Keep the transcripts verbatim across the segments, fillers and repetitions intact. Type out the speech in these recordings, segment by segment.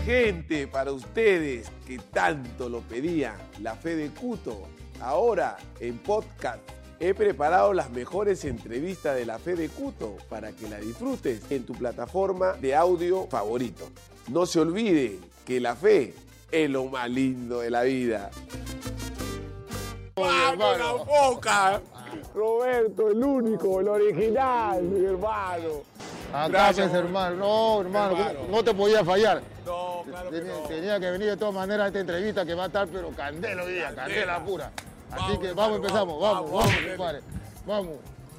gente, para ustedes que tanto lo pedían, la fe de Cuto. Ahora, en podcast, he preparado las mejores entrevistas de la fe de Cuto para que la disfrutes en tu plataforma de audio favorito. No se olviden que la fe es lo más lindo de la vida. ¡Vamos, la boca! Roberto, el único, el original, mi hermano. Acá, pues, hermano. No, hermano, hermano, no te podía fallar. No, claro que tenía, no. Tenía que venir de todas maneras a esta entrevista que va a estar, pero candela hoy día, candela, candela pura. Así vamos, que hermano, vamos, empezamos, vamos, vamos, vamos, compadre. Vamos.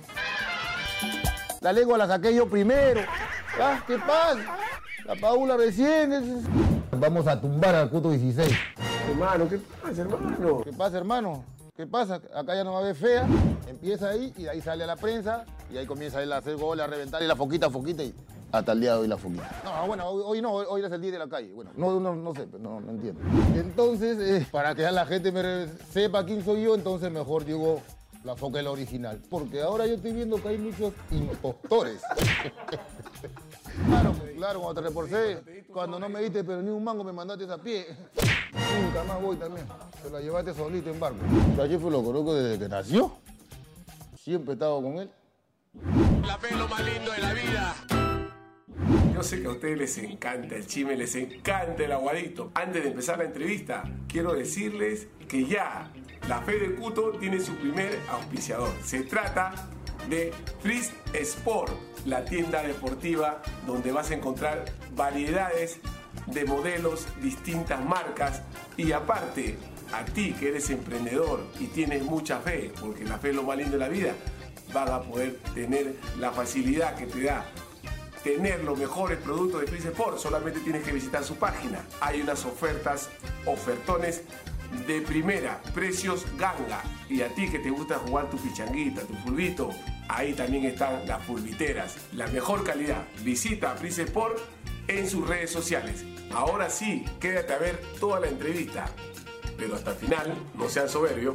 La lengua la saqué yo primero. ¿Ah? ¿Qué pasa? La Paula recién. Vamos a tumbar al Cuto dieciséis. Hermano, ¿qué pasa, hermano? ¿Qué pasa, hermano? ¿Qué pasa? Acá ya no va a haber fea. Empieza ahí y de ahí sale a la prensa y ahí comienza él a hacer goles, a reventar y la foquita, foquita y hasta el día de hoy la foquita. No, bueno, hoy, hoy no, hoy, hoy es el día de la calle. Bueno, no, no, no sé, no, no entiendo. Entonces, eh, para que ya la gente me sepa quién soy yo, entonces mejor digo la foca es la original. Porque ahora yo estoy viendo que hay muchos impostores. Claro, claro, cuando te reporté, cuando no me diste pero ni un mango me mandaste a pie. Nunca más voy también. Te la llevaste solito en barco. Yo ayer fue lo conozco desde que nació. Siempre he estado con él. La fe es lo más lindo de la vida. Yo sé que a ustedes les encanta el chisme, les encanta el aguadito. Antes de empezar la entrevista, quiero decirles que ya la fe de Cuto tiene su primer auspiciador. Se trata de Freeze Sport, la tienda deportiva donde vas a encontrar variedades de modelos, distintas marcas y aparte, a ti que eres emprendedor y tienes mucha fe, porque la fe es lo más lindo de la vida, van a poder tener la facilidad que te da tener los mejores productos de Freeze Sport. Solamente tienes que visitar su página. Hay unas ofertas, ofertones de primera, precios ganga. Y a ti que te gusta jugar tu pichanguita, tu fulbito, ahí también están las fulbiteras. La mejor calidad. Visita Freeze Sport en sus redes sociales. Ahora sí, quédate a ver toda la entrevista. Pero hasta el final, no sean soberbios.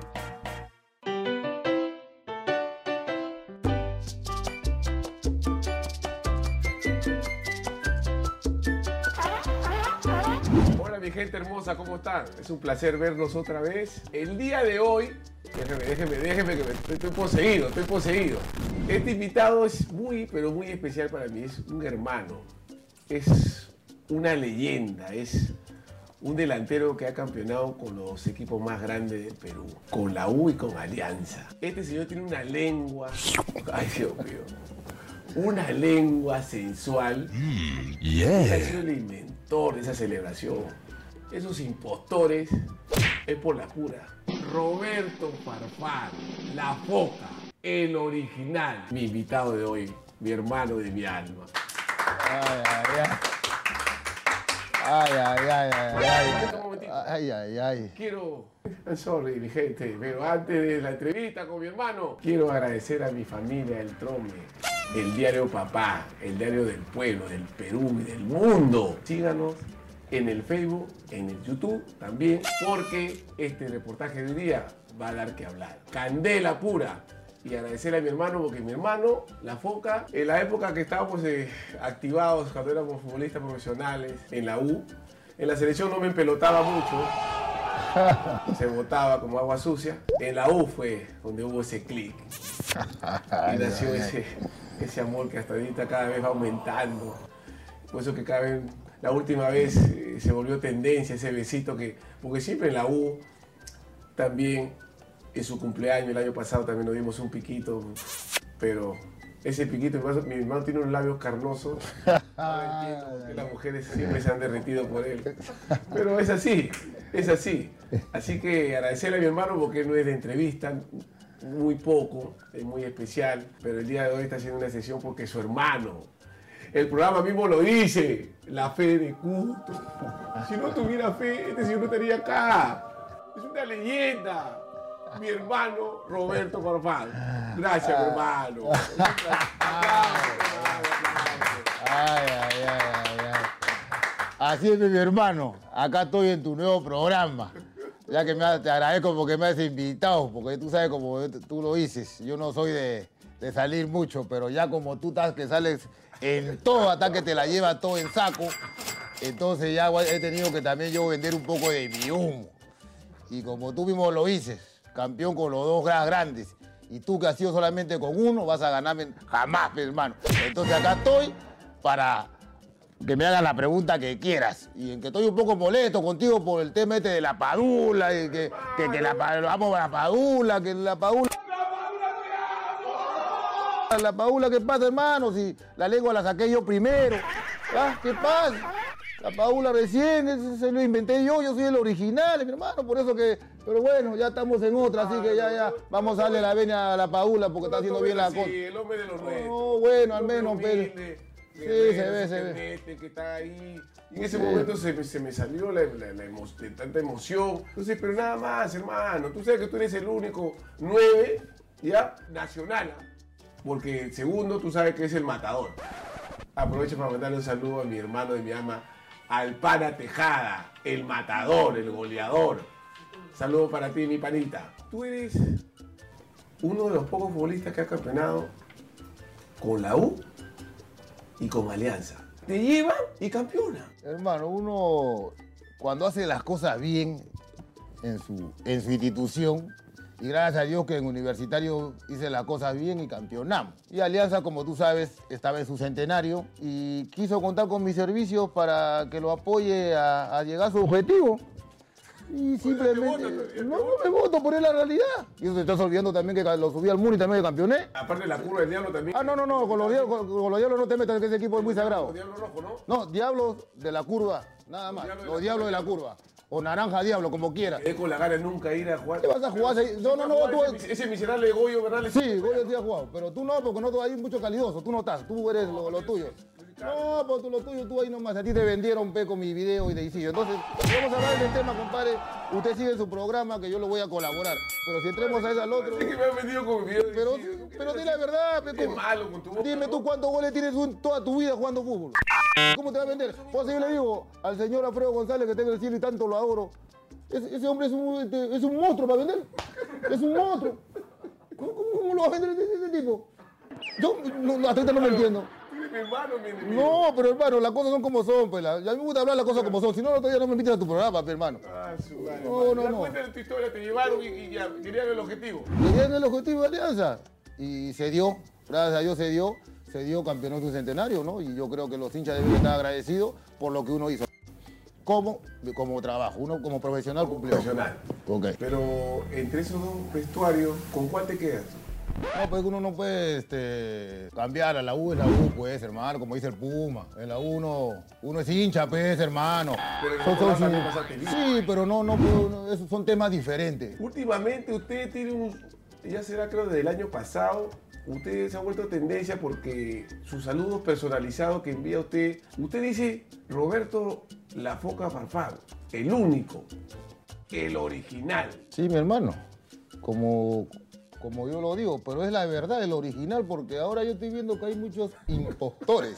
Hola mi gente hermosa, ¿cómo están? Es un placer verlos otra vez. El día de hoy, déjeme, déjeme, déjeme que me, estoy, estoy poseído, estoy poseído. Este invitado es muy, pero muy especial para mí, es un hermano. Es una leyenda, es un delantero que ha campeonado con los equipos más grandes del Perú, con la U y con Alianza. Este señor tiene una lengua, ay Dios mío, una lengua sensual. Mm, yeah. Ha sido el inventor de esa celebración. Esos impostores es por la pura. Roberto Farfán, la foca, el original. Mi invitado de hoy, mi hermano de mi alma. Ay, ay, ay. Ay, ay, ay, ay, ay. Ay, ay, ay. Quiero, sorry, mi gente, pero antes de la entrevista con mi hermano, quiero agradecer a mi familia El Trome, el diario Papá, el diario del pueblo, del Perú y del mundo. Síganos en el Facebook, en el YouTube también, porque este reportaje de hoy día va a dar que hablar. Candela pura. Y agradecerle a mi hermano, porque mi hermano, la foca, en la época que estábamos eh, activados, cuando éramos futbolistas profesionales, en la U, en la selección no me empelotaba mucho, se botaba como agua sucia. En la U fue donde hubo ese clic. Y nació ese, ese amor que hasta ahorita cada vez va aumentando. Por eso que cada vez, la última vez eh, se volvió tendencia ese besito que, porque siempre en la U también, en su cumpleaños el año pasado también nos dimos un piquito, pero ese piquito, mi hermano tiene unos labios carnosos, ahora entiendo por qué las mujeres siempre se han derretido por él, pero es así, es así. Así que agradecerle a mi hermano porque no es de entrevista, muy poco, es muy especial, pero el día de hoy está haciendo una sesión porque su hermano, el programa mismo lo dice, la fe de Cuto. Si no tuviera fe, este señor no estaría acá, es una leyenda. Mi hermano Roberto Farfán. Gracias, mi hermano. Ay, ay, ay, ay, ay. Así es, mi hermano. Acá estoy en tu nuevo programa. Ya que me, te agradezco porque me has invitado, porque tú sabes como tú lo dices. Yo no soy de, de salir mucho, pero ya como tú estás que sales en todo, hasta que te la llevas todo en saco, Entonces ya he tenido que también yo vender un poco de mi humo. Y como tú mismo lo dices, campeón con los dos grandes, y tú que has sido solamente con uno, vas a ganarme jamás, mi hermano. Entonces acá estoy para que me hagan la pregunta que quieras. Y en que estoy un poco molesto contigo por el tema este de la padula, y que, que, que la, vamos a la padula, que la padula... La padula, ¿qué pasa, hermano? Si la lengua la saqué yo primero. ¿Ah? ¿Qué pasa? La padula recién, se lo inventé yo, yo soy el original, mi hermano, por eso que... Pero bueno, ya estamos en otra, así que ya, ya, vamos a darle la venia a la padula porque está haciendo bien la cosa. Sí, el hombre de los nuestros. No, bueno, al menos, pero... Sí, se ve, se ve. Que está ahí. Y en ese sí. momento se me, se me salió la, la, la emo, de tanta emoción. Entonces, pero nada más, hermano. Tú sabes que tú eres el único nueve, ¿ya? Nacional. Porque el segundo tú sabes que es el matador. Aprovecho para mandarle un saludo a mi hermano y mi ama, al pana Tejada, el matador, el goleador. Saludo para ti, mi panita. Tú eres uno de los pocos futbolistas que ha campeonado con la U y con Alianza. Te llevan y campeona. Hermano, uno cuando hace las cosas bien en su, en su institución, y gracias a Dios que en Universitario hice las cosas bien y campeonamos. Y Alianza, como tú sabes, estaba en su centenario y quiso contar con mis servicios para que lo apoye a, a llegar a su objetivo. Y simplemente... No, no me voto, por la realidad. Y eso te estás olvidando también que lo subí al Muni y también que campeoné. Aparte de la curva del Diablo también. Ah, no, no, no, con los Diablos, con, con los diablos no te metas, que ese equipo es muy sagrado. Diablo Rojo, ¿no? No, Diablos de la curva, nada más. Diablo los Diablos de la curva. O Naranja Diablo, como quieras. Es con la gana de nunca ir a jugar. ¿Qué vas a jugar? No, no, no, tú... Ese, ese miserable Goyo, ¿verdad? Sí, Goyo sí ha jugado, pero tú no, porque no, hay mucho calidoso, tú no estás, tú eres lo, lo tuyo. No, pues tú lo tuyo, tú ahí nomás, a ti te vendieron pe con mi video y de Isidro. Entonces, vamos a hablar del tema, compadre. Usted sigue su programa que yo lo voy a colaborar. Pero si entremos a ese al otro... Sí que me han vendido con mi video. Pero, pero di la verdad, pe. Es malo con tu boca, dime ¿no? Tú cuántos goles tienes toda tu vida jugando fútbol. ¿Cómo te va a vender? Pues yo le digo al señor Alfredo González, que tenga el cielo y tanto lo adoro, ese, ese hombre es un, este, es un monstruo para vender. Es un monstruo. ¿Cómo, cómo, cómo lo va a vender ese, ese tipo? Yo no, hasta ahorita no me entiendo. Mi hermano, mi enemigo. No, pero hermano, las cosas son como son, pues. La, a mí me gusta hablar las cosas como son. Si no, el otro día no me invitan a tu programa, pues, hermano. Ah, su madre. No, no, ya no. Cuéntale tu historia, te llevaron y, y ya querían el objetivo. Querían el objetivo de Alianza. Y se dio, gracias a Dios se dio. Se dio campeonato de un centenario, ¿no? Y yo creo que los hinchas deben estar agradecidos por lo que uno hizo. Como, como trabajo, uno como profesional cumplió. Profesional. Ok. Pero entre esos dos vestuarios, ¿con cuál te quedas? No, pues uno no puede este, cambiar a la U, es la U, pues, hermano, como dice el Puma. En la U uno, uno es hincha, pues, hermano. Pero son, son, también pasaste bien. Sí, pero no, no, no, esos son temas diferentes. Últimamente usted tiene un, ya será creo desde el año pasado, usted se ha vuelto tendencia porque sus saludos personalizados que envía usted, usted dice Roberto La Foca Farfán, el único, el original. Sí, mi hermano, como... Como yo lo digo, pero es la verdad, el original, porque ahora yo estoy viendo que hay muchos impostores.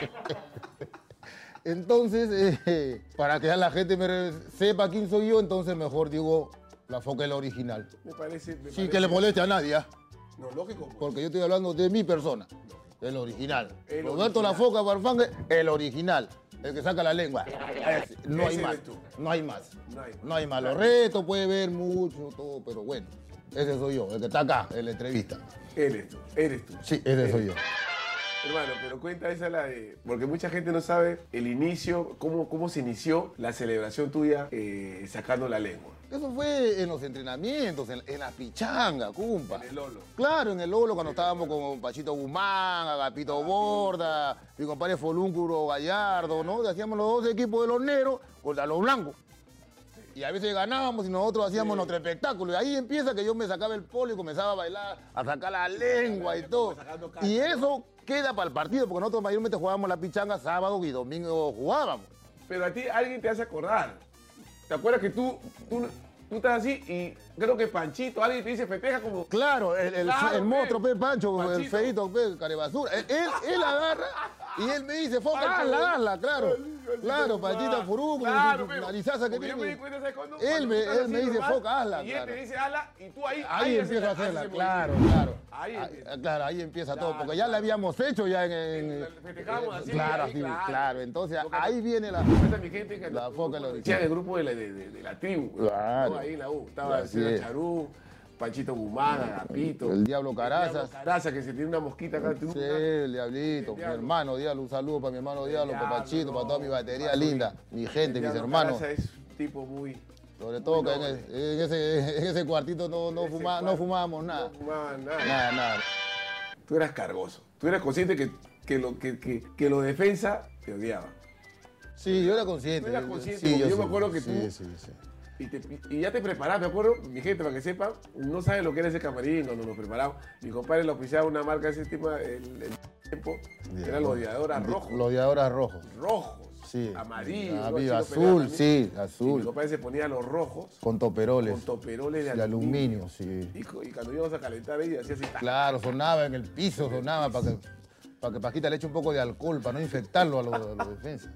Entonces, eh, para que ya la gente me sepa quién soy yo, entonces mejor digo La Foca el original. Me parece... Me Sin parece... que le moleste a nadie, ¿ah? No, lógico. Pues. Porque yo estoy hablando de mi persona, el original. El Roberto original. La Foca Farfán, el original, el que saca la lengua. Ese, no hay Ese más, eres tú. no hay más. No hay más. No hay más. Los retos puede ver mucho, todo, pero bueno. Ese soy yo, el que está acá, en la entrevista. Eres tú, eres tú. Sí, ese soy yo. Hermano, pero cuenta esa la de... Porque mucha gente no sabe el inicio, cómo, cómo se inició la celebración tuya eh, sacando la lengua. Eso fue en los entrenamientos, en, en la pichanga, cumpa. En el Lolo. Claro, en el Lolo, cuando estábamos con Pachito Guzmán, Agapito Borda, mi compadre Folúncuro Gallardo, ¿no? Hacíamos los dos equipos de los negros contra los blancos. Y a veces ganábamos y nosotros hacíamos sí. nuestro espectáculo. Y ahí empieza que yo me sacaba el polo y comenzaba a bailar, a sacar la lengua y todo. Y eso queda para el partido, porque nosotros mayormente jugábamos la pichanga sábado y domingo jugábamos. Pero a ti alguien te hace acordar. ¿Te acuerdas que tú, tú, tú estás así y creo que Panchito, alguien te dice festeja como... Claro, el, el, claro, el monstruo, pe, Pancho, Panchito. El feito, pe, carebasura. Él, él agarra y él me dice, foca, hazla, hazla, claro. Claro, Panchita Furú, claro, narizaza que tiene. Me cuenta, cuando, él me, él me dice, normal, foca, hazla. Y claro. él te dice, hazla, y tú ahí... Ahí, ahí empiezo a hacerla, claro, claro. Ahí Ah, empieza. claro, ahí empieza Claro, todo, porque ya claro. lo habíamos hecho ya en... en- Festejamos así, Claro, ahí, así, claro. claro. Entonces Porque ahí viene la... Cuenta mi gente que La foca lo decía el grupo de la, de, de, de la tribu. Claro. ¿No? Ahí en la U. Estaba Así César es. Charú, Panchito Guzmán, Agapito. El Diablo Carazas. Caraza, que se tiene una mosquita acá. tiene Sí, una- el Diablito, El mi Diablo. hermano Diablo, un saludo para mi hermano Diablo, para Diablo, Pachito, no. para toda mi batería Hermano, linda, mi gente, el mis Diablo hermanos. Caraza es un tipo muy... Sobre todo que en, noble. el- en ese, en ese cuartito no, no, Ese fuma- no cuarto, fumábamos nada. No fumaban nada. Nada, nada. Tú eras cargoso. Tú eras consciente que, que, lo, que, que, que los defensa te odiaban. Sí, yo era consciente. Tú eras consciente, Sí, porque yo sí, me acuerdo que sí, tú- Sí, sí, Y, te- y ya te preparabas, me acuerdo, mi gente, para que sepan, no sabe lo que era ese camarín cuando nos preparamos. Mi compadre le oficiaba una marca de ese tipo, el, el tiempo, que eran los odiadoras rojos. Los odiadoras rojos. Rojos, Sí. amarillos. Ah, ¿no? viva, Chino peleaba azul, también. sí, Y mi azul. compadre se ponía los rojos Con toperoles. con toperoles de de aluminio. aluminio, sí. Y, co- y cuando íbamos a calentar ahí, hacía así. ¡tac! Claro, sonaba en el piso, sonaba para que, para que Paquita le eche un poco de alcohol, para no infectarlo a los, a los defensas.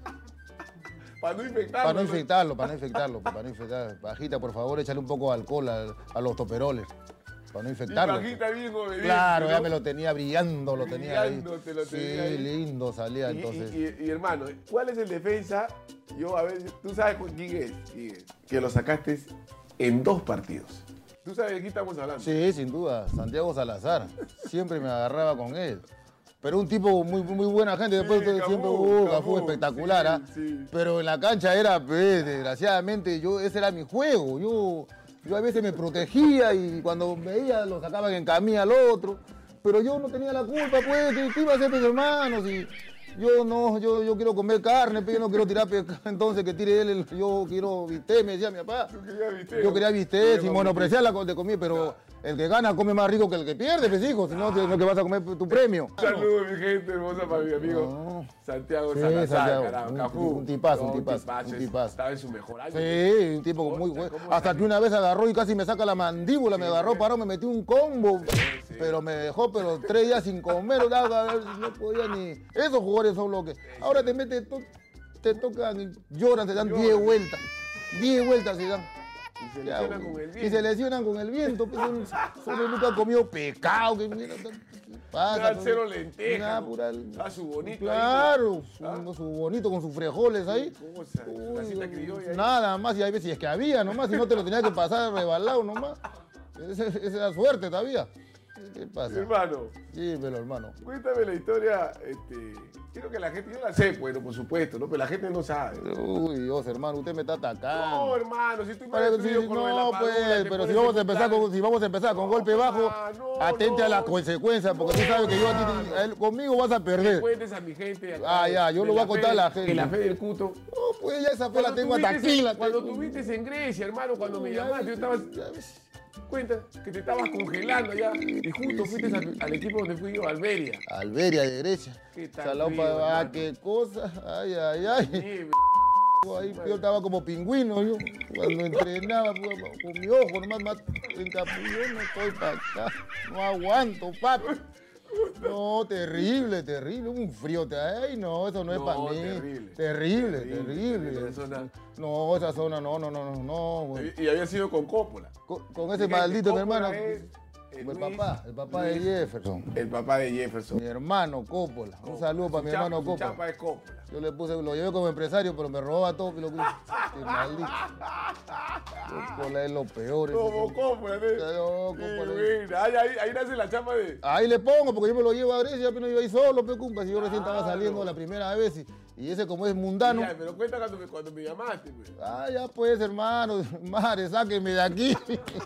Para no infectarlo. Para no ¿no? infectarlo, para no infectarlo, para no infectarlo. Pajita, por favor, échale un poco de alcohol a, a los toperoles, para no Y infectarlo. Paquita bien obediente, Claro, ya ¿no? me lo tenía brillando, lo tenía ahí. Brillando, te lo Sí, tenía ahí. lindo salía Y, entonces. y- y- y, hermano, ¿cuál es el defensa? Yo a veces, tú sabes con quién es, quién es, que lo sacaste en dos partidos. ¿Tú sabes de quién estamos hablando? Sí, sin duda, Santiago Salazar. Siempre me agarraba con él. Pero un tipo muy, muy buena gente, después Sí, usted Cafú, siempre uh, Cafú, Cafú, espectacular, ¿ah? sí, sí. Pero en la cancha era, pues, desgraciadamente, yo, ese era mi juego. Yo, yo a veces me protegía y cuando veía lo sacaban en camilla al otro. Pero yo no tenía la culpa, pues, ¿qué, qué iba a hacer mis hermanos? Y yo no, yo, yo quiero comer carne, pero yo no quiero tirar pescado, entonces que tire él, el- yo quiero bistec, me decía mi papá. Tú querías bistec, Yo ¿no? quería bistec, Querías sin bistec. menospreciar la co- de comida, pero el que gana come más rico que el que pierde, pues hijo, si no, no que vas a comer tu premio. Un saludo, mi gente hermosa, para mi amigo No. Santiago Sí, Salazar, Santiago, carajo, un- Cafú. un tipazo, un No, tipazo, un es- tipazo. Estaba en su mejor año. Sí, un tipo muy Hostia, bueno. ¿cómo Hasta salió? que una vez agarró y casi me saca la mandíbula, me agarró, sí. paró, me metió un combo. sí. Pero me dejó, pero tres días sin comer, nada, no podía ni. Esos jugadores son los que. Ahora te metes, to- te tocan y lloran, te dan Lloran. diez vueltas. diez vueltas se dan. Y se Ya, lesionan con el y viento. se lesionan con el viento. Pues, son, son nunca han comido pecado. Que mira, ¿qué pasa? Nada, Pues, cero lentejas. nada, ¿no? pura- Ah, su bonito. Claro, ahí, su, ¿ah? su bonito con sus frijoles ahí. Qué cosa, su Uy, casita criolla ahí. nada más, y hay veces si es que había nomás, si no te lo tenía que pasar rebalado nomás. Esa esa era suerte todavía. ¿Qué pasa? Hermano, Sí, pero hermano. cuéntame la historia, este, quiero que la gente, yo la sé, bueno, por supuesto, ¿no? Pero la gente no sabe. Uy, Dios, hermano, usted me está atacando. No, hermano, si tú me Para- has sí, destruido con lo de la no, padula, pues, te pero pones si vamos a en empezar plan- con, si vamos a empezar con golpe bajo, Ah, no, atente a no. las consecuencias, porque tú sabes que yo a ti, No, a él- conmigo vas a Que perder. cuentes a mi gente. acá Ah, ya, de- yo de lo voy a contar fe- a la gente. De la fe del cuto. No, pues ya esa fe la Cuando tengo hasta tuviste- aquí. La Cuando tengo. tuviste en Grecia, hermano, cuando me Ya llamaste, yo ves, estaba. ya ves. Cuenta que te estabas congelando allá y justo fuiste al, al equipo donde fui yo, Almería. Alberia de Grecia. ¿Qué tal Salao frío, pa- ah, hermano? qué cosa. Ay, ay, ay. Nieve. Ahí yo estaba como pingüino, yo. Cuando entrenaba pues, con mi ojo, nomás más encapullado, no estoy para acá. No aguanto, papi. No, terrible, terrible. Un frío. te- Ay, no, eso no, es No, para mí. terrible. Terrible, Terrible, terrible. terrible, esa zona. No, esa zona, no, no, no, no, no. güey. Y, y había sido con Coppola. Con, con ese Fíjate, maldito, mi Coppola hermano. es, eh, El Luis- papá, el papá de Luis- Jefferson. El papá de Jefferson. Mi hermano Coppola. Un saludo para mi Su hermano chapa- su Coppola. chapa es Coppola. Yo le puse, lo llevé como empresario, pero me robaba todo. Lo, qué maldito. Coppola es lo peor. ese Como tipo. Coppola, ¿eh? No, Qué Coppola. buena. Ahí, ahí, ahí nace la chapa de. Ahí le pongo, porque yo me lo llevo a Grecia, pero no iba ahí solo, pe, cumpa, si yo recién estaba Claro. saliendo la primera vez y, y ese como es mundano. Ya, pero cuenta cuando me, cuando me llamaste, pues. Ah, ya pues, hermano, madre, sáquenme de aquí.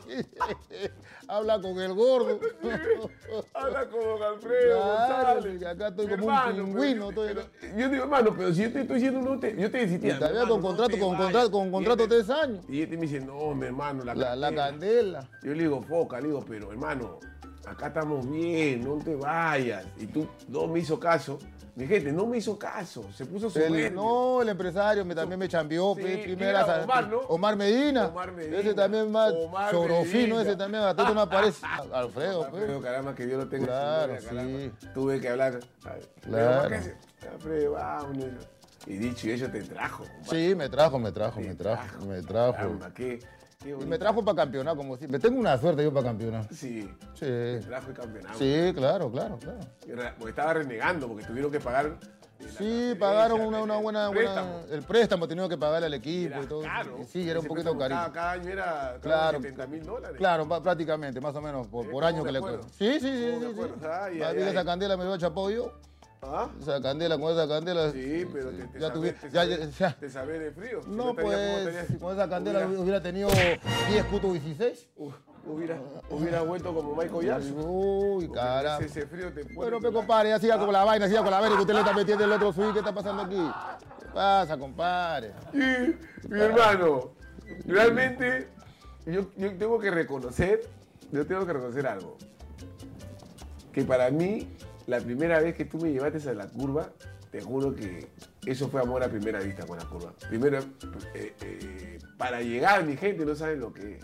Habla con el gordo. Habla como Alfredo Claro, González. que acá estoy Mi como un hermano, pingüino, pero- estoy- pero- yo digo, hermano, pero si yo te estoy diciendo, no te, yo te decía. Todavía con contrato, con contrato, con contrato tres años. Y este me dice, no, mi hermano, la, La, la candela". candela. Yo le digo, foca, le digo, pero hermano, acá estamos bien, no te vayas. Y tú no me hizo caso. Mi gente, no me hizo caso, se puso su El- no, el empresario me, también me chambeó, Sí, pe, ¿quién primera. era? Omar, ¿no? Omar Medina. Omar Medina. Ese también más Omar sorofino, Medina. ese también, hasta tú no aparece. Alfredo, Alfredo, pe. caramba, que Dios lo tenga en su Claro, gloria, caramba. sí. Tuve que hablar. Claro. Alfredo, Alfredo, vámonos. Y dicho y hecho te trajo. compadre. Sí, me trajo, me trajo, Te me trajo, me trajo. Caramba, qué, Y me trajo para campeonar, como si. Me tengo una suerte yo para campeonar. Sí. Sí. Me trajo el campeonato. Sí, claro, claro, claro. Porque estaba renegando, porque tuvieron que pagar. Sí, pagaron una, una buena, el préstamo. buena. El préstamo tenían que pagarle al equipo Era y todo. caro. Y sí, era un Ese poquito préstamo carito. Cada, cada año era Claro. setenta mil dólares. Claro, pa- prácticamente, más o menos, por, Sí, por año ¿cómo que me le acuerdo? cuesta. Sí, sí, sí. ¿Cómo me sí, sí. acuerdo? Ay, Ah, ay, mira, ay. esa candela me dio chapó yo. ¿Ah? Esa candela, con esa candela. Sí, pero te, te ya sabés, tuve- te ya- sabés- ya- te sabés de frío. Si No, estaría como pues, estarías- si con esa candela hubiera, hubiera tenido diez cutos dieciséis. uh, hubiera, hubiera vuelto como Michael Jackson. Uy, Porque carajo. Ese, ese frío te pone. Bueno, pe, compadre, ya siga con la vaina, siga con la vaina, que usted le está metiendo el otro swing. ¿Qué está pasando aquí? ¿Qué pasa, compadre? Y, mi hermano, realmente yo, yo tengo que reconocer, yo tengo que reconocer algo. Que para mí, la primera vez que tú me llevaste a la curva, te juro que eso fue amor a primera vista con la curva. Primero, eh, eh, para llegar, mi gente no saben lo que es.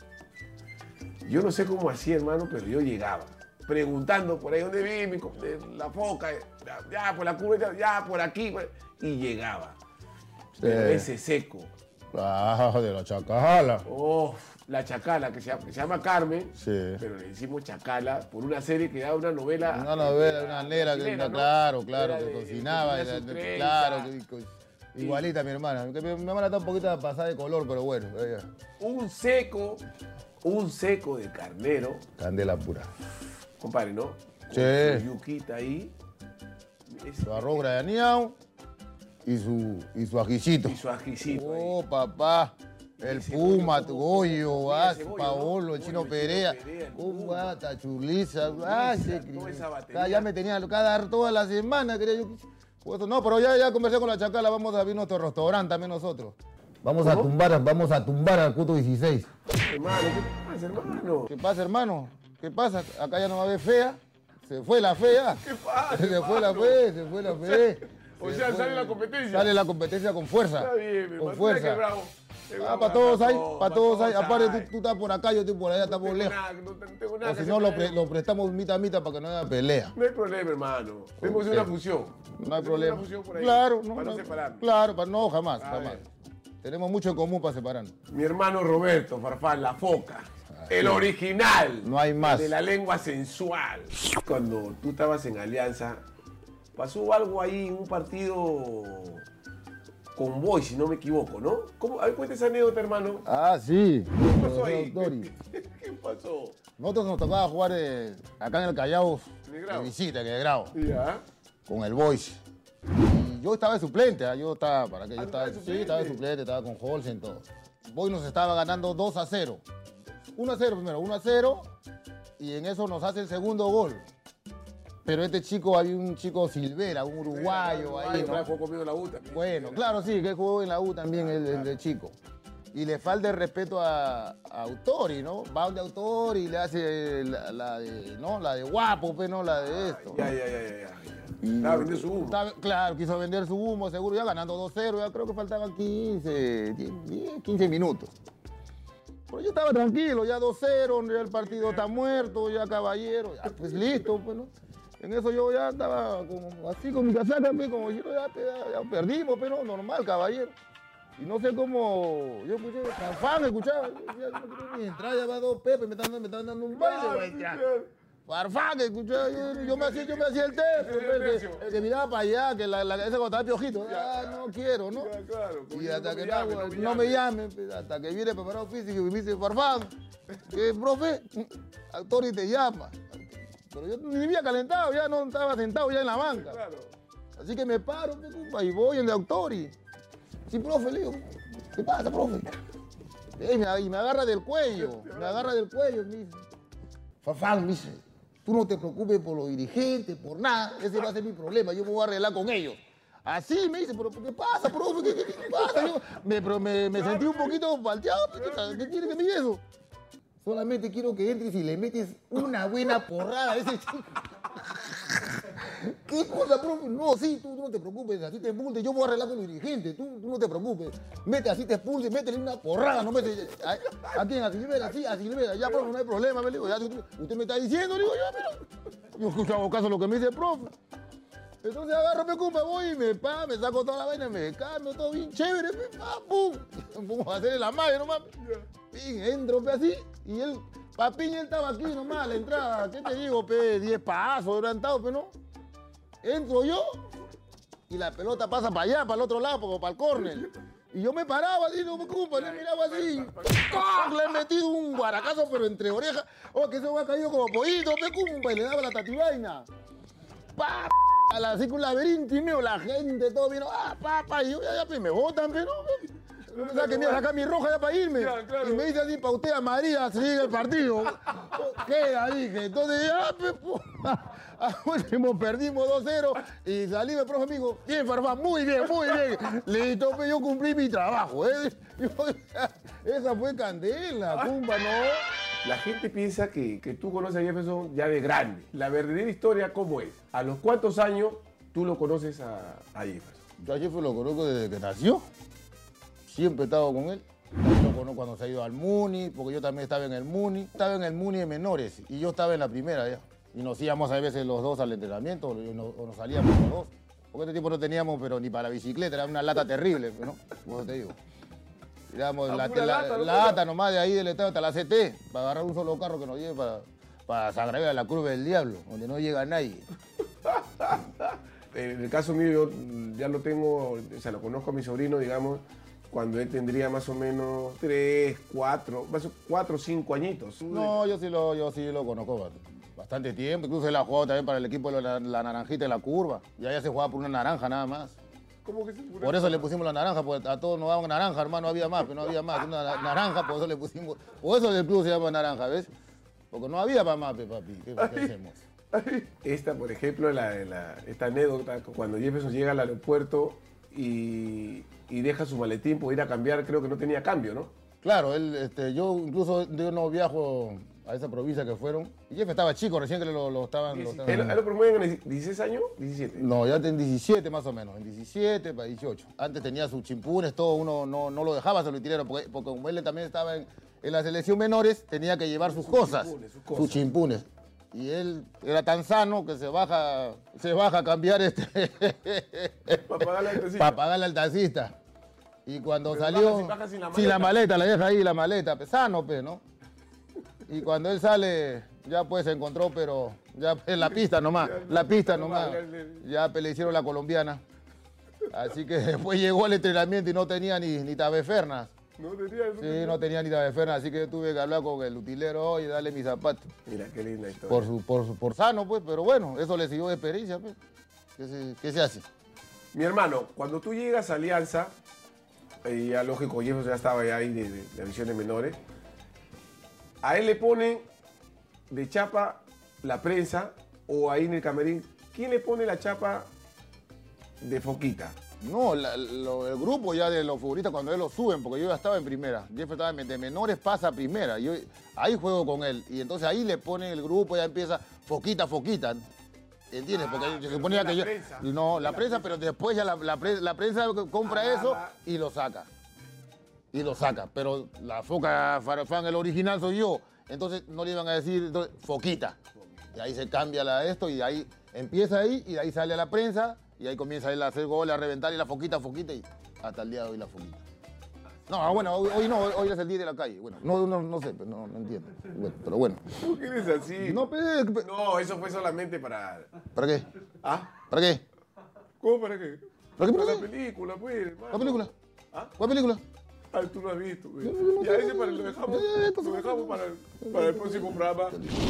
Yo no sé cómo hacía, hermano, pero yo llegaba. Preguntando por ahí, ¿dónde vi mi, co- eh, la foca? Ya, ya, por la curva, ya, ya, por aquí. Pues, y llegaba. Pero ese seco. Ah, de la chacala. Oh, la Chacala, que se, llama, que se llama Carmen, Sí. pero le decimos Chacala por una serie que daba una novela. Una novela, una negra que, chilena, ¿no? claro, claro, Era que de- cocinaba, que era- tenía su trenza. claro, que, que- igualita mi hermana. Que mi, mi hermana está un poquito pasada de color, pero bueno, ella. Un seco, un seco de carnero, Candela pura. compadre, ¿no? Con Sí. su yuquita ahí. Ese- Su arroz graneado y su, y su ajicito. y su ajicito ahí. Oh, papá. El Ese Puma, Goyo, Goyo, Goyo, ah, ese Goyo, Paolo, ¿no? el Chino Goyo, el Perea. Chino Perea, el Oh, Puma. guata, churliza. Ah, ese toda esa cri- batería. Ah, ya me tenía cada toda la semana, quería yo. Pues, no, pero ya, ya conversé con la Chacala, vamos a abrir nuestro restaurante también nosotros. Vamos a ¿Cómo? tumbar, vamos a tumbar al Cuto dieciséis. Hermano, ¿qué pasa, hermano? ¿Qué pasa, hermano? ¿Qué pasa? Acá ya no va a haber fea. Se fue la fea. ¿Qué pasa, Se fue la hermano? fe, se fue la fe. O Se sea, fue- sale la competencia. Sale la competencia con fuerza. Está bien, mi hermano. Con Mira fuerza. qué bravo. Qué Ah, bravo, para todos hay, todos, para todos hay. Aparte, hay. tú, tú estás por acá, yo estoy por allá, No estamos tengo lejos. nada, no tengo nada O que si no, hacer lo, pre- con lo él. prestamos mitad a mitad para que no haya pelea. No hay problema, hermano. Tenemos Ok. una fusión. No hay Tenemos problema. Una fusión por ahí, Claro, no, para no no, separarnos. claro, para, no, jamás, A jamás. ver. Tenemos mucho en común para separarnos. Mi hermano Roberto Farfán, la foca. El original. No hay más. De la lengua sensual. Cuando tú estabas en Alianza, pasó algo ahí en un partido con Boy, si no me equivoco, ¿no? ¿Cómo? A ver, cuenta esa anécdota, hermano. Ah, sí. ¿Qué pasó ahí? Doctori. ¿Qué pasó? Nosotros nos tocaba jugar eh, acá en el Callao ¿De grado? de visita, que de grado, Ya. con el Boys. Y yo estaba de suplente, ah, yo estaba, para que yo Ah, estaba, ¿estabas de sí, suplente? estaba de suplente, estaba con Holsen, todo. Boys nos estaba ganando dos a cero. uno a cero primero, uno a cero, y en eso nos hace el segundo gol. Pero este chico, había un chico Silvera, un uruguayo ahí, ¿no? Jugó conmigo en la U también. Bueno, claro, sí, que jugó en la U también el, el de chico. Y le falta el respeto a, a Autori, ¿no? Va de Autori y le hace la, la de, ¿no? La de guapo, pues, ¿no? La de esto. Ya, ya, ya, ya. ya. Y- Estaba vendiendo su humo. Estaba- claro, quiso vender su humo, seguro, ya ganando dos cero, ya creo que faltaban quince, diez, quince minutos. Pero yo estaba tranquilo, ya dos cero, ya el partido está muerto, ya caballero, ya pues listo, pues, ¿no? En eso yo ya estaba como así con mi casaca, pues, como yo ya, ya- ya perdimos, pero normal, caballero. Y no sé cómo, yo escuché, Farfán escuchaba, yo ya no quiero ni entrar, ya va dos Pepe, me están, me están dando un baile, güey, ya. Farfán, escuchaba, yo, yo me hacía, yo me hacía el tercio, el el, tercio. que, el que miraba para allá, que la, la, ese cuando estaba piojito, ah, no quiero, ¿no? Ya, claro. como Y yo, hasta no que me no, llame, no, me no me llame. llamen, pues, hasta que viene preparado físico y me dice, Farfán, que profe, Autori te llama. Pero yo ni me había calentado, ya no estaba sentado ya en la banca. Claro. Así que me paro, pues, compa, y voy en el Autori. Sí, profe, le digo, ¿qué pasa, profe? Y me, y me agarra del cuello, me agarra del cuello, me dice, Farfán, me dice, tú no te preocupes por los dirigentes, por nada, ese va a ser mi problema, yo me voy a arreglar con ellos. Así me dice, pero ¿qué pasa, profe? ¿Qué, qué- qué pasa? Yo me, pero me, me sentí un poquito falteado, pues, ¿qué, ¿qué quiere que me diga eso? Solamente quiero que entres y le metes una buena porrada a ese chico. ¿Qué cosa, profe? No, sí, tú, tú no te preocupes, así te expulses, yo voy a arreglar con los dirigentes, tú, tú no te preocupes. Mete así, te expulses, métele una porrada, no mete... ¿A, a quién? ¿A Silvera? Sí, a Silvera, ya, profe, no hay problema, me digo, ya, usted, usted me está diciendo, digo yo, pero... Yo escucho a caso lo que me dice el profe. Entonces agarro, me compa, voy y me, pa, me saco toda la vaina, me cambio, todo bien chévere, me, pa, pum. Vamos a hacerle la madre nomás. Pin, entro, pe, así, y él, papiña, él estaba aquí nomás, a la entrada. ¿Qué te digo, pe? Diez pasos, adelantado, pe, ¿no? Entro yo, y la pelota pasa para allá, para el otro lado, como para el córner. Y yo me paraba así, no me culpa, le miraba así. ¡Pah! Le he metido un guaracazo, pero entre orejas. Oh, que eso ha caído como pollito, me culpa, y le daba la tativaina. ¡Pah! A la así con un laberinto y mío, la gente, todo vino, ah, papá, y yo ya, ya, pues, me botan, pero no, me pensaba que me iba a sacar mi roja ya para irme. Ya, claro. Y me dice así, pautea María, sigue el partido. Queda, dije. Entonces, ya, pues, a último perdimos dos cero y salí el profe amigo, bien, Farfán, muy bien, muy bien. Listo, pues yo cumplí mi trabajo, ¿eh? Yo, esa fue candela, cumba, ¿no? La gente piensa que, que tú conoces a Jefferson ya de grande. La verdadera historia, ¿cómo es? ¿A los cuántos años tú lo conoces a, a Jefferson? Yo a Jefferson lo conozco desde que nació. Siempre he estado con él. Lo conozco cuando se ha ido al Muni, porque yo también estaba en el Muni. Estaba en el Muni de menores y yo estaba en la primera ya. Y nos íbamos a veces los dos al entrenamiento o nos, o nos salíamos los dos. Porque este tiempo no teníamos, pero ni para la bicicleta, era una lata terrible, ¿no? Como te digo. Tirábamos la, la, lata, la, lata nomás de ahí del estado hasta la C T, para agarrar un solo carro que nos lleve para, para Sagrario a la Curva del Diablo, donde no llega nadie. En el caso mío, yo ya lo tengo, o sea, lo conozco a mi sobrino, digamos, cuando él tendría más o menos tres, cuatro, más o cuatro, cinco añitos. No, yo sí lo, yo sí lo conozco bastante tiempo. Incluso él ha jugado también para el equipo de la, la Naranjita en la Curva. Y allá se jugaba por una naranja nada más. ¿Cómo que se pone? Por eso le pusimos la naranja, porque a todos nos daban naranja, hermano, no había más, pero no había más. Una naranja, por eso le pusimos. Por eso el club se llama naranja, ¿ves? Porque no había más, papi. ¿Qué, qué hacemos? Esta, por ejemplo, la, la, esta anécdota, cuando Jefferson llega al aeropuerto y, y deja su maletín por ir a cambiar, creo que no tenía cambio, ¿no? Claro, él, este, yo incluso yo no viajo a esa provincia que fueron. Y Jeff estaba chico, recién que lo, lo estaban... Lo estaban... ¿Él, él lo promueven en dieciséis años? diecisiete. No, ya en diecisiete más o menos, en diecisiete para dieciocho. Antes tenía sus chimpunes, todo, uno no, no lo dejaba solo tirero, porque, porque como él también estaba en, en la selección menores, tenía que llevar sus, sus cosas, chimpunes, sus cosas, sus chimpunes. Y él era tan sano que se baja, se baja a cambiar este... para pagarle al taxista. Para pagarle al taxista. Y cuando Pero salió... baja, si baja sin la maleta. Sin la maleta, la deja ahí la maleta, pues, sano, pues, ¿no? Y cuando él sale, ya pues se encontró, pero ya en la pista nomás, la pista nomás, ya pues, le hicieron la colombiana. Así que después llegó al entrenamiento y no tenía ni, ni tabefernas. No tenía, no Sí, tenía. no tenía ni tabefernas, así que yo tuve que hablar con el utilero hoy y darle mis zapatos. Mira, qué linda historia. Por, su, por, su, por sano, pues, pero bueno, eso le siguió de experiencia, pues. ¿Qué se, qué se hace? Mi hermano, cuando tú llegas a Alianza, y ya lógico, Jefferson ya estaba ya ahí de, de, de divisiones menores, a él le ponen de chapa la prensa o ahí en el camerín, ¿quién le pone la chapa de foquita? No, la, lo, el grupo ya de los futbolistas cuando él lo suben, porque yo ya estaba en primera. Jeff estaba en, de menores, pasa a primera. Yo ahí juego con él. Y entonces ahí le ponen el grupo, ya empieza foquita, foquita. ¿Entiendes? Porque Ah, se suponía que yo... prensa. No, la, la prensa, prensa. pero después ya la, la, prensa, la prensa compra Ah, eso va. y lo saca. Y lo saca. Pero la foca Farfán, el original soy yo. Entonces no le iban a decir entonces, foquita. Y ahí se cambia la esto y ahí empieza ahí y de ahí sale a la prensa y ahí comienza él a hacer goles, a reventar y la foquita, foquita y hasta el día de hoy la foquita. No, bueno, hoy, hoy no, hoy es el día de la calle. Bueno, no, no, no sé, pero no, no entiendo. Bueno, pero bueno. ¿Por qué eres así? No, pe, pe- No, eso fue solamente para... ¿Para qué? ¿Ah? ¿Para qué? ¿Cómo para qué? ¿Para qué? Para ¿Para la qué? película, pues, hermano. ¿Cuál película? ¿Ah? ¿Cuál película? Ay, tú lo has visto, güey. Yo no- yo no Y a ese tengo- para, lo dejamos, Ya, ya, lo dejamos para, el- para el próximo programa.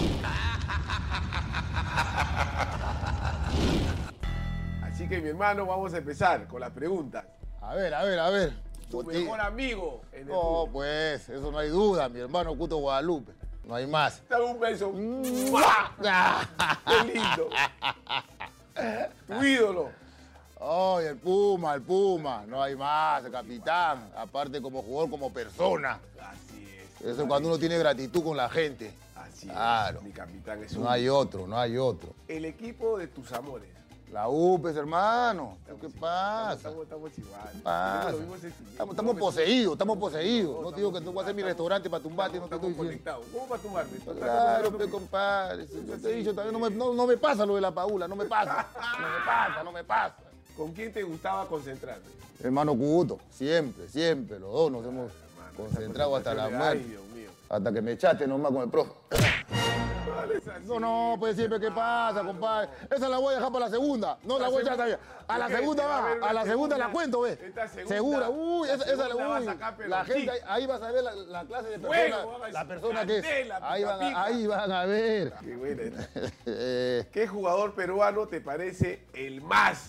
Así que, mi hermano, vamos a empezar con las preguntas. A ver, a ver, a ver. Tu Botí- mejor amigo en el No, fútbol. pues, eso no hay duda, mi hermano Cuto Guadalupe. No hay más. Dame un beso. Mm. ¡Mua! ¡Qué lindo! Tu ídolo. Oh, el Puma, el Puma. No hay más, el capitán. Aparte como jugador, como persona. Así es. Eso es cuando uno tiene gratitud con la gente. Así Claro. es. Mi capitán es un... No hay otro, no hay otro. El equipo de tus amores. La U, pues, hermano. ¿Qué pasa? Estamos, estamos igual. ¿Qué pasa? Estamos, estamos poseídos, estamos poseídos. No te digo que tú vas a hacer mi restaurante para tumbarte, no te estoy diciendo. ¿Cómo para tumbarte? Claro, pe, compadre. Yo te he dicho también, no me, no, no me pasa lo de la paula, no me pasa. No me pasa, no me pasa. ¿Con quién te gustaba concentrarte? Hermano Cuto, siempre, siempre. Los dos nos hemos concentrado hasta la muerte. Ay, Dios mío. Hasta que me echaste nomás con el profe. No, no, pues siempre, ¿qué pasa, compadre? Esa la voy a dejar para la segunda. No la voy a echar todavía. A la segunda va, a la segunda la cuento, ve. Segura, uy, esa, esa la uy. La gente, ahí vas a ver la, la clase de persona, la persona que es. Ahí van, a, ahí van a ver. Qué buena esta. ¿Qué jugador peruano te parece el más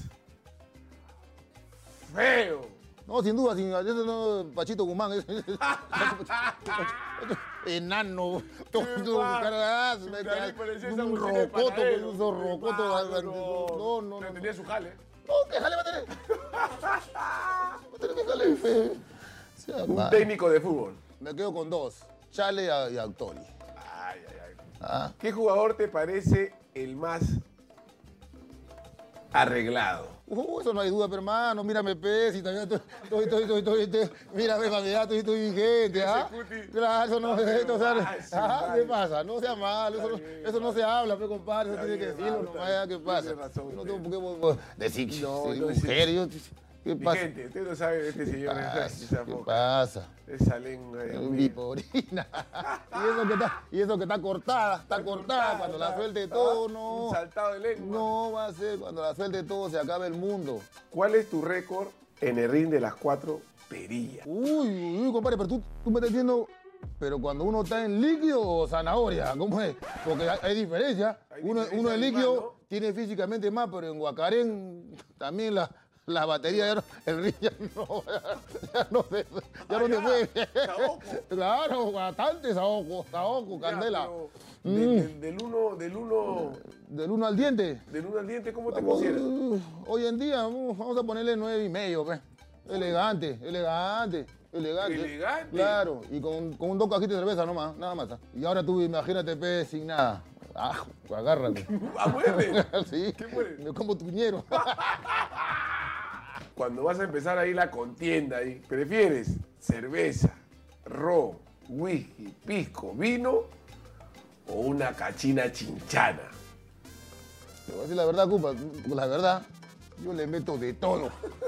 feo? No, sin duda, sin eso no, Pachito Guzmán. Es, enano, todo, carajo, un rocoto, un rocoto. No, no, no. Tenía su jale. No, ¿qué jale va a tener? Va a tener que jale feo. Un técnico de fútbol. Me quedo con dos, Chale y Autori. Ay, ay, ay. ¿Ah? ¿Qué jugador te parece el más arreglado? Uh, eso no hay duda, pero hermano, mírame, pe, si todavía estoy, estoy, estoy, estoy, estoy, estoy, mírame, familia, estoy, estoy vigente, ¿ah? Claro, eso no es esto, o sea, ¿ah? ¿Qué pasa? No sea malo, eso no, eso no se habla, pe, compadre, eso tiene que decirlo, nomás, ¿qué pasa? Yo no tengo por qué decir que soy mujer, yo... ¿Qué pasa? Gente, usted no sabe de este señor. ¿Qué pasa? Esa lengua. Viporina. y, eso que está, y eso que está cortada, está, está cortada. cortada. Cuando la suelte todo, no. Un saltado de lengua. No va a ser. Cuando la suelte todo, se acaba el mundo. ¿Cuál es tu récord en el ring de las cuatro perillas? Uy, uy, compadre, pero tú, tú me estás diciendo. Pero cuando uno está en líquido o zanahoria, ¿cómo es? Porque hay, hay diferencia. Hay uno, diferencia uno en líquido animal, ¿no? Tiene físicamente más, pero en Guacarén también la. La batería, ya no, el ring ya no, ya no se, ya no se puede. Claro, bastante saoco, saoco, candela. Ya, mm. de, de, del uno, del uno. Del uno al diente. Del uno al diente, ¿cómo te consideras? Uh, hoy en día, uh, vamos a ponerle nueve y medio, pues. Elegante, elegante, elegante. Elegante. Claro, y con, con un dos cajitas de cerveza nomás, nada más. Y ahora tú imagínate, pues, sin nada. Ah, agárrate. ¿Ah, muerde? Sí. ¿Qué muerde? Me como tuñero. Cuando vas a empezar ahí la contienda, ahí, ¿prefieres cerveza, ron, whisky, pisco, vino o una cachina chinchana? Te voy a decir la verdad, Cupa, la verdad, yo le meto de todo.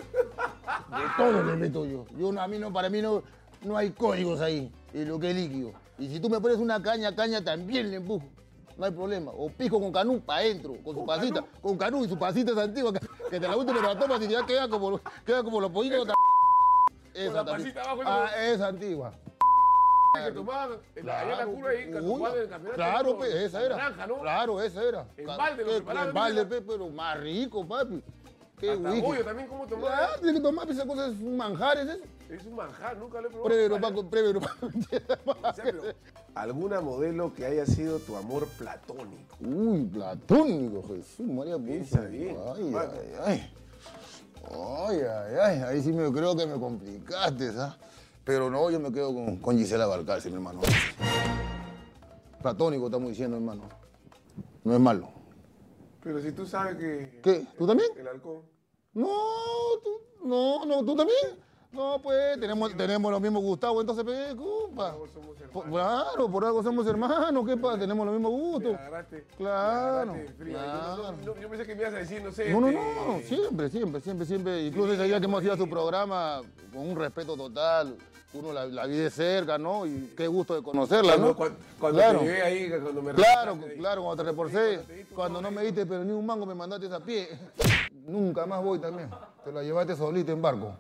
De todo le meto yo. Yo a mí no, para mí no, no hay códigos ahí, en lo que es líquido. Y si tú me pones una caña, caña también le empujo. No hay problema. O pisco con canú para adentro, con su pasita, canú? Con canú y su pasita esa antigua, que, que te la última te la tomas y ya queda como, queda como los pollitos. Esa la pasita abajo. Ah, esa antigua. Que tomaban en la, claro, en la cura ahí, que tomaban en el campeonato. Claro, pe, esa era. Naranja, ¿no? Claro, esa era. En balde, lo preparaban. En balde, pe, pero más rico, papi. Qué whisky. También, ¿cómo tomar? Ah, tiene que tomar, esa cosa es un manjar, ¿es eso? Es un manjar, nunca lo he probado. Prévero, Paco, prévero, Paco. O sea, pero, ¿alguna modelo que haya sido tu amor platónico? Uy, platónico, Jesús, María Piensa bien. Ay, ay, ay. Ay, ay, ay. Ahí sí me creo que me complicaste, ¿sabes? Pero no, yo me quedo con, con Gisela Valcárcel, mi hermano. Platónico, estamos diciendo, hermano. No es malo. Pero si tú sabes que... ¿Qué? ¿Tú también? El halcón. No, tú, no, no, ¿tú también? No, pues, tenemos, tenemos los mismos gustos, entonces, pues, compa. Por, claro, por algo somos hermanos, ¿qué pasa? Tenemos los mismos gustos. Agarraste, claro, frío. claro. Yo, no, no, yo pensé que me ibas a decir, no sé... No, no, este... no, siempre, siempre, siempre, siempre. Incluso ese día que hemos ido a su programa, con un respeto total, uno la, la vi de cerca, ¿no? Y qué gusto de conocerla, ¿no? Cuando, cuando claro. te llegué ahí, cuando me Claro, ahí. claro, cuando te reporcé, sí, cuando no me diste, pero ni un mango me mandaste a pie. Nunca más voy también. Te la llevaste solita en barco.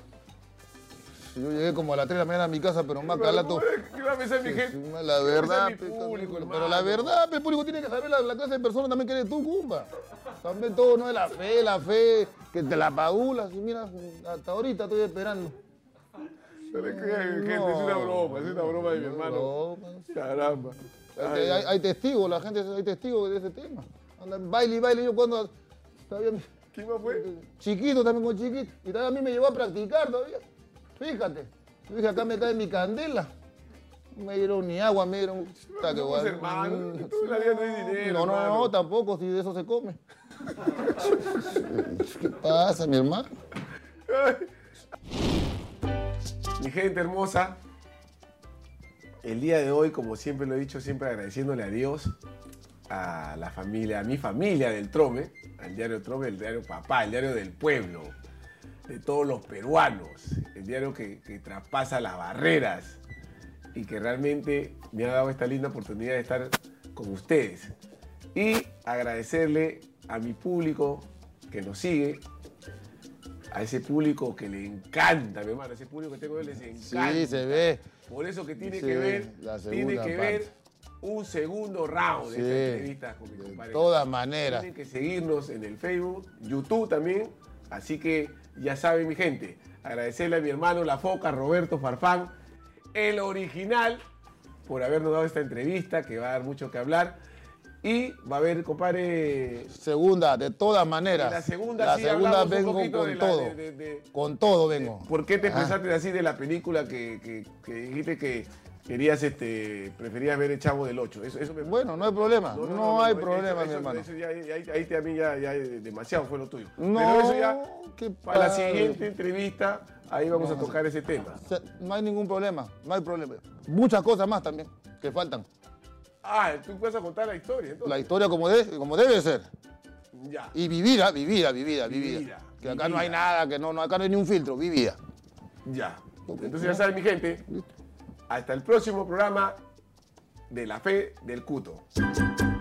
Yo llegué como a las tres de la mañana a mi casa, pero más calato. ¿Qué va a pensar mi gente? La verdad, mi público, pe, pero la verdad, el público tiene que saber la, la clase de persona también que eres tú, cumpa. También todo no es la fe, la fe, que te la pagulas. Y mira, hasta ahorita estoy esperando. No le creas, gente, no, es una broma, es una broma de mi hermano. Broma. Caramba. Hay, hay, hay testigos, la gente, hay testigos de ese tema. Anda, baile y baile, yo cuando... Todavía, ¿quién más fue? Chiquito, también con chiquito. Y todavía a mí me llevó a practicar todavía. Fíjate, yo dije, acá me cae mi candela. Me dieron ni agua, me dieron... No somos hermanos, tú en la vida no hay dinero, No, no, hermano. no, tampoco, si de eso se come. ¿Qué pasa, mi hermano? Mi gente hermosa, el día de hoy, como siempre lo he dicho, siempre agradeciéndole a Dios, a la familia, a mi familia del Trome, al diario Trome, el diario Papá, el diario del pueblo, de todos los peruanos, el diario que, que traspasa las barreras y que realmente me ha dado esta linda oportunidad de estar con ustedes. Y agradecerle a mi público que nos sigue, a ese público que le encanta, mi hermano, a ese público que tengo les encanta. Sí, se ve. Por eso que tiene Se que ve ver, la tiene segunda que parte. ver un segundo round de Sí, esta entrevista con mi de compadre. todas maneras. Tienen que seguirnos en el Facebook, YouTube también. Así que ya saben, mi gente, agradecerle a mi hermano La Foca, Roberto Farfán, el original, por habernos dado esta entrevista, que va a dar mucho que hablar. Y va a haber, compadre... Segunda, de todas maneras. En la segunda, la sí, segunda hablamos un vengo poquito con de la- todo. de- de- de- Con todo vengo. ¿Por qué te Ah. expresaste así de la película que, que- que dijiste que querías, este, preferías ver El Chavo del Ocho? Eso, eso me... Bueno, no hay problema. No, hay problema, eso- mi hermano. eso ya- ahí, ahí te- a mí ya, ya demasiado fue lo tuyo. No, Pero eso ya, ¿qué para la pasa? siguiente entrevista, ahí vamos a No, tocar ese tema. O sea, no hay ningún problema, no hay problema. Muchas cosas más también que faltan. Ah, tú vas a contar la historia, entonces. La historia como, de- como debe ser. Ya. Y vivida, vivida, vivida, vivida. Vivida, Que acá no vivida. hay nada, que no, no, acá no hay ni un filtro, vivida. Ya. Entonces ya saben, mi gente, hasta el próximo programa de La Fe del Cuto.